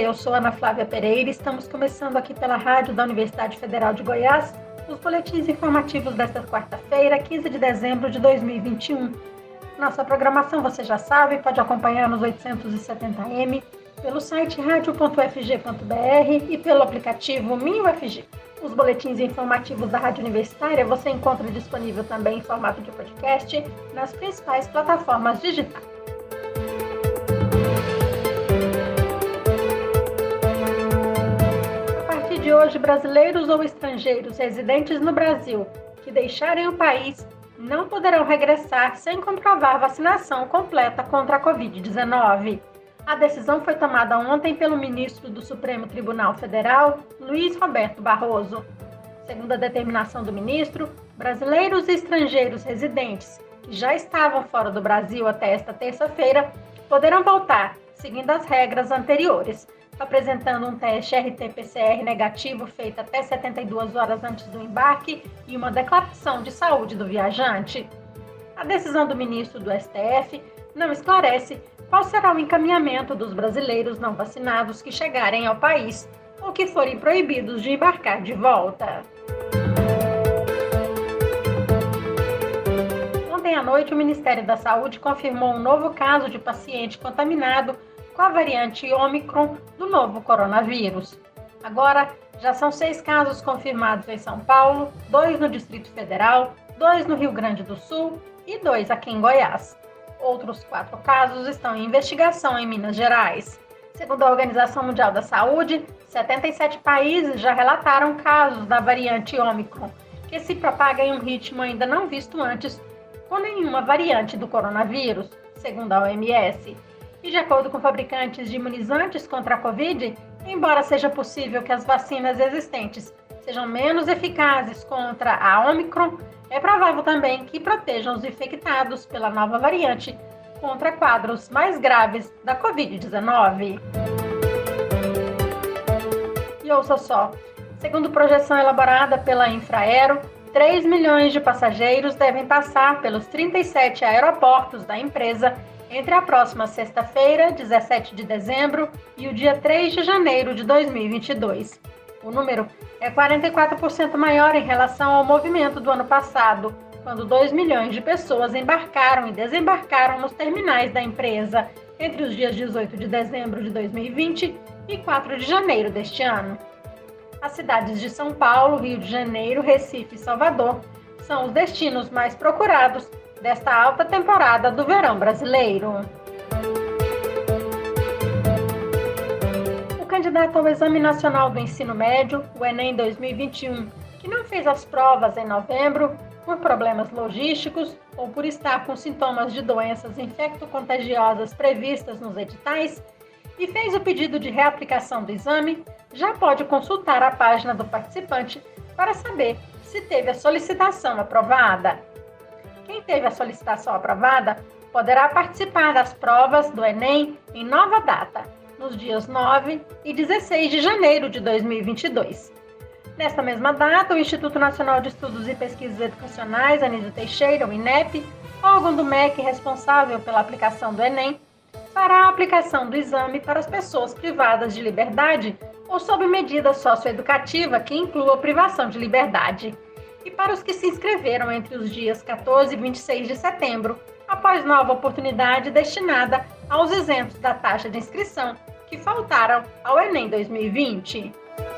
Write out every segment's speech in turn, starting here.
eu sou Ana Flávia Pereira e estamos começando aqui pela rádio da Universidade Federal de Goiás os boletins informativos desta quarta-feira, 15 de dezembro de 2021. Nossa programação, você já sabe, pode acompanhar nos 870M, pelo site radio.ufg.br e pelo aplicativo MinUFG. Os boletins informativos da Rádio Universitária você encontra disponível também em formato de podcast nas principais plataformas digitais. De hoje, brasileiros ou estrangeiros residentes no Brasil que deixarem o país não poderão regressar sem comprovar vacinação completa contra a Covid-19. A decisão foi tomada ontem pelo ministro do Supremo Tribunal Federal, Luiz Roberto Barroso. Segundo a determinação do ministro, brasileiros e estrangeiros residentes que já estavam fora do Brasil até esta terça-feira poderão voltar, seguindo as regras anteriores, apresentando um teste RT-PCR negativo feito até 72 horas antes do embarque e uma declaração de saúde do viajante. A decisão do ministro do STF não esclarece qual será o encaminhamento dos brasileiros não vacinados que chegarem ao país ou que forem proibidos de embarcar de volta. Ontem à noite, o Ministério da Saúde confirmou um novo caso de paciente contaminado com a variante Ômicron do novo coronavírus. Agora, já são 6 casos confirmados em São Paulo, 2 no Distrito Federal, 2 no Rio Grande do Sul e 2 aqui em Goiás. Outros 4 casos estão em investigação em Minas Gerais. Segundo a Organização Mundial da Saúde, 77 países já relataram casos da variante Ômicron, que se propaga em um ritmo ainda não visto antes com nenhuma variante do coronavírus, segundo a OMS. E de acordo com fabricantes de imunizantes contra a Covid, embora seja possível que as vacinas existentes sejam menos eficazes contra a Ômicron, é provável também que protejam os infectados pela nova variante contra quadros mais graves da Covid-19. E ouça só, segundo projeção elaborada pela Infraero, 3 milhões de passageiros devem passar pelos 37 aeroportos da empresa entre a próxima sexta-feira, 17 de dezembro, e o dia 3 de janeiro de 2022. O número é 44% maior em relação ao movimento do ano passado, quando 2 milhões de pessoas embarcaram e desembarcaram nos terminais da empresa entre os dias 18 de dezembro de 2020 e 4 de janeiro deste ano. As cidades de São Paulo, Rio de Janeiro, Recife e Salvador são os destinos mais procurados desta alta temporada do verão brasileiro. O candidato ao Exame Nacional do Ensino Médio, o Enem 2021, que não fez as provas em novembro por problemas logísticos ou por estar com sintomas de doenças infecto-contagiosas previstas nos editais e fez o pedido de reaplicação do exame, já pode consultar a página do participante para saber se teve a solicitação aprovada. Quem teve a solicitação aprovada poderá participar das provas do Enem em nova data, nos dias 9 e 16 de janeiro de 2022. Nesta mesma data, o Instituto Nacional de Estudos e Pesquisas Educacionais, Anísio Teixeira, o INEP, órgão do MEC responsável pela aplicação do Enem, fará a aplicação do exame para as pessoas privadas de liberdade ou sob medida socioeducativa que inclua privação de liberdade, e para os que se inscreveram entre os dias 14 e 26 de setembro, após nova oportunidade destinada aos isentos da taxa de inscrição que faltaram ao Enem 2020.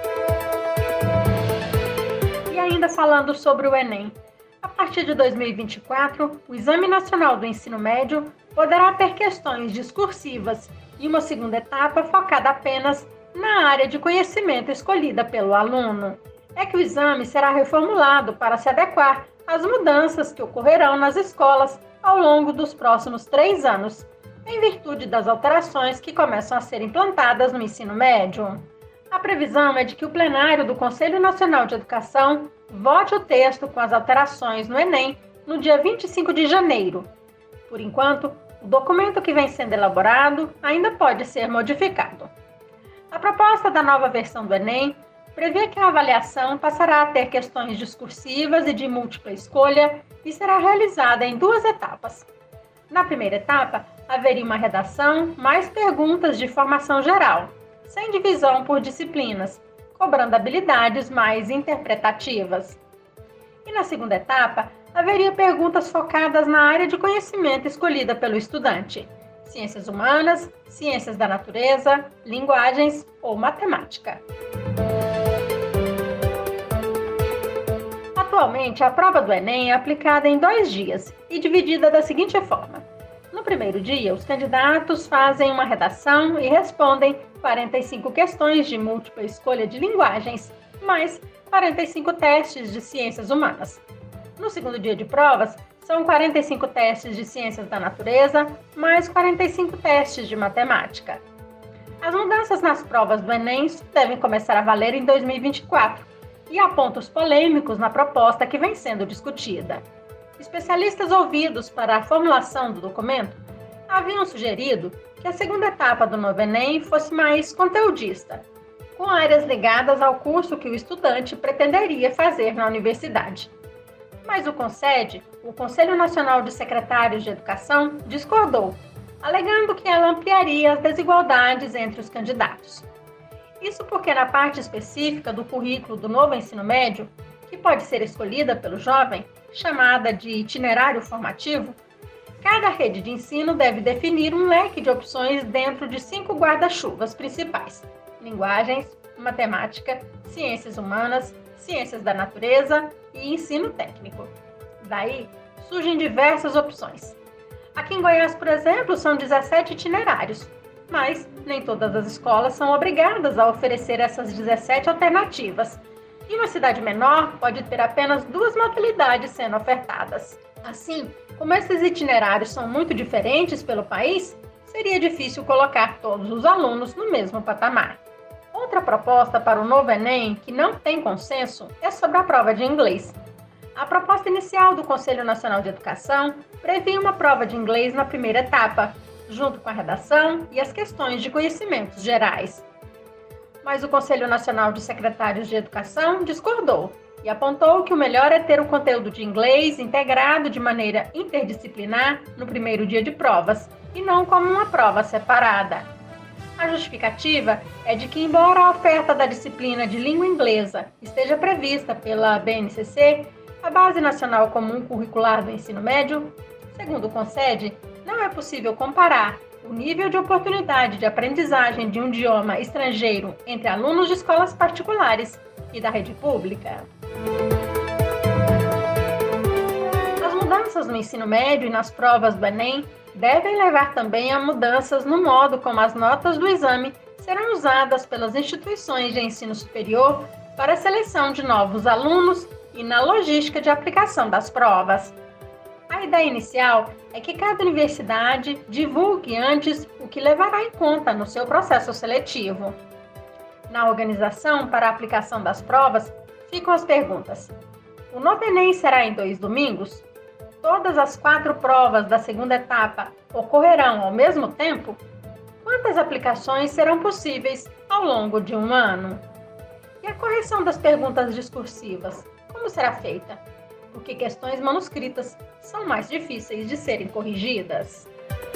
E ainda falando sobre o Enem, a partir de 2024, o Exame Nacional do Ensino Médio poderá ter questões discursivas e uma segunda etapa focada apenas na área de conhecimento escolhida pelo aluno. É que o exame será reformulado para se adequar às mudanças que ocorrerão nas escolas ao longo dos próximos 3 anos, em virtude das alterações que começam a ser implantadas no ensino médio. A previsão é de que o plenário do Conselho Nacional de Educação vote o texto com as alterações no Enem no dia 25 de janeiro. Por enquanto, o documento que vem sendo elaborado ainda pode ser modificado. A proposta da nova versão do Enem prevê que a avaliação passará a ter questões discursivas e de múltipla escolha e será realizada em 2 etapas. Na primeira etapa, haveria uma redação mais perguntas de formação geral, sem divisão por disciplinas, cobrando habilidades mais interpretativas. E na segunda etapa, haveria perguntas focadas na área de conhecimento escolhida pelo estudante: ciências humanas, ciências da natureza, linguagens ou matemática. Atualmente, a prova do Enem é aplicada em 2 dias e dividida da seguinte forma. No primeiro dia, os candidatos fazem uma redação e respondem 45 questões de múltipla escolha de linguagens, mais 45 testes de ciências humanas. No segundo dia de provas, são 45 testes de ciências da natureza, mais 45 testes de matemática. As mudanças nas provas do Enem devem começar a valer em 2024, e há pontos polêmicos na proposta que vem sendo discutida. Especialistas ouvidos para a formulação do documento haviam sugerido que a segunda etapa do novo Enem fosse mais conteudista, com áreas ligadas ao curso que o estudante pretenderia fazer na universidade. Mas o CONSED, o Conselho Nacional de Secretários de Educação, discordou, alegando que ela ampliaria as desigualdades entre os candidatos. Isso porque na parte específica do currículo do novo ensino médio, que pode ser escolhida pelo jovem, chamada de itinerário formativo, cada rede de ensino deve definir um leque de opções dentro de 5 guarda-chuvas principais: linguagens, matemática, ciências humanas, ciências da natureza e ensino técnico. Daí surgem diversas opções. Aqui em Goiás, por exemplo, são 17 itinerários, mas nem todas as escolas são obrigadas a oferecer essas 17 alternativas. E uma cidade menor pode ter apenas 2 modalidades sendo ofertadas. Assim, como esses itinerários são muito diferentes pelo país, seria difícil colocar todos os alunos no mesmo patamar. Outra proposta para o novo Enem, que não tem consenso, é sobre a prova de inglês. A proposta inicial do Conselho Nacional de Educação previa uma prova de inglês na primeira etapa, junto com a redação e as questões de conhecimentos gerais. Mas o Conselho Nacional de Secretários de Educação discordou e apontou que o melhor é ter o conteúdo de inglês integrado de maneira interdisciplinar no primeiro dia de provas, e não como uma prova separada. A justificativa é de que, embora a oferta da disciplina de língua inglesa esteja prevista pela BNCC, a Base Nacional Comum Curricular do Ensino Médio, segundo o CONSED, não é possível comparar o nível de oportunidade de aprendizagem de um idioma estrangeiro entre alunos de escolas particulares e da rede pública. As mudanças no ensino médio e nas provas do Enem devem levar também a mudanças no modo como as notas do exame serão usadas pelas instituições de ensino superior para a seleção de novos alunos e na logística de aplicação das provas. A ideia inicial é que cada universidade divulgue antes o que levará em conta no seu processo seletivo. Na organização para a aplicação das provas, ficam as perguntas: o novo Enem será em 2 domingos? Todas as 4 provas da segunda etapa ocorrerão ao mesmo tempo? Quantas aplicações serão possíveis ao longo de um ano? E a correção das perguntas discursivas, como será feita? Porque questões manuscritas são mais difíceis de serem corrigidas.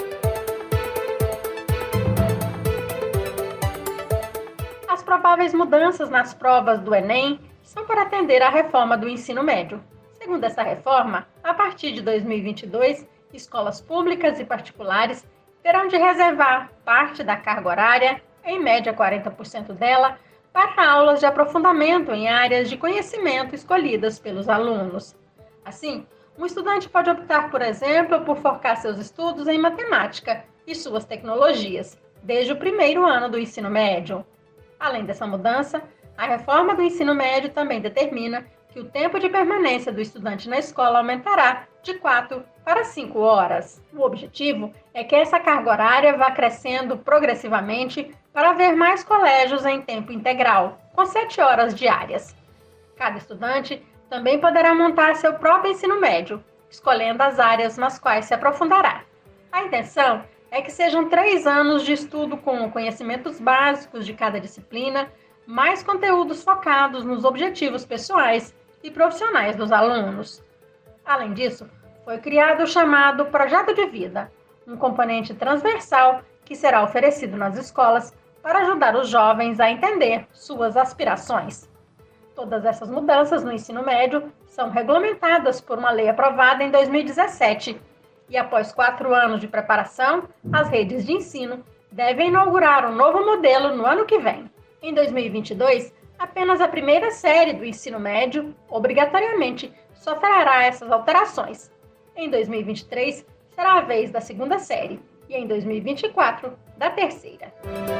As prováveis mudanças nas provas do Enem são para atender à reforma do ensino médio. Segundo essa reforma, a partir de 2022, escolas públicas e particulares terão de reservar parte da carga horária, em média 40% dela, para aulas de aprofundamento em áreas de conhecimento escolhidas pelos alunos. Assim, um estudante pode optar, por exemplo, por focar seus estudos em matemática e suas tecnologias, desde o primeiro ano do ensino médio. Além dessa mudança, a reforma do ensino médio também determina que o tempo de permanência do estudante na escola aumentará de 4 para 5 horas. O objetivo é que essa carga horária vá crescendo progressivamente para haver mais colégios em tempo integral, com 7 horas diárias. Cada estudante também poderá montar seu próprio ensino médio, escolhendo as áreas nas quais se aprofundará. A intenção é que sejam 3 anos de estudo com conhecimentos básicos de cada disciplina, mais conteúdos focados nos objetivos pessoais e profissionais dos alunos. Além disso, foi criado o chamado Projeto de Vida, um componente transversal que será oferecido nas escolas para ajudar os jovens a entender suas aspirações. Todas essas mudanças no ensino médio são regulamentadas por uma lei aprovada em 2017. E após 4 anos de preparação, as redes de ensino devem inaugurar um novo modelo no ano que vem. Em 2022, apenas a primeira série do ensino médio, obrigatoriamente, sofrerá essas alterações. Em 2023, será a vez da segunda série e em 2024, da terceira.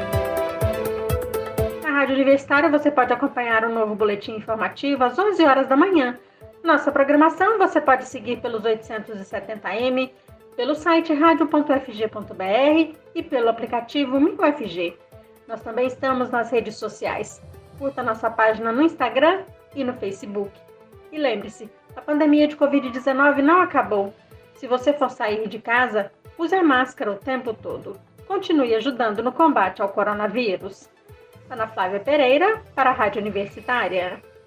Na Rádio Universitária você pode acompanhar um novo boletim informativo às 11 horas da manhã. Nossa programação você pode seguir pelos 870M, pelo site radio.fg.br e pelo aplicativo MinUFG. Nós também estamos nas redes sociais. Curta nossa página no Instagram e no Facebook. E lembre-se, a pandemia de Covid-19 não acabou. Se você for sair de casa, use a máscara o tempo todo. Continue ajudando no combate ao coronavírus. Ana Flávia Pereira, para a Rádio Universitária.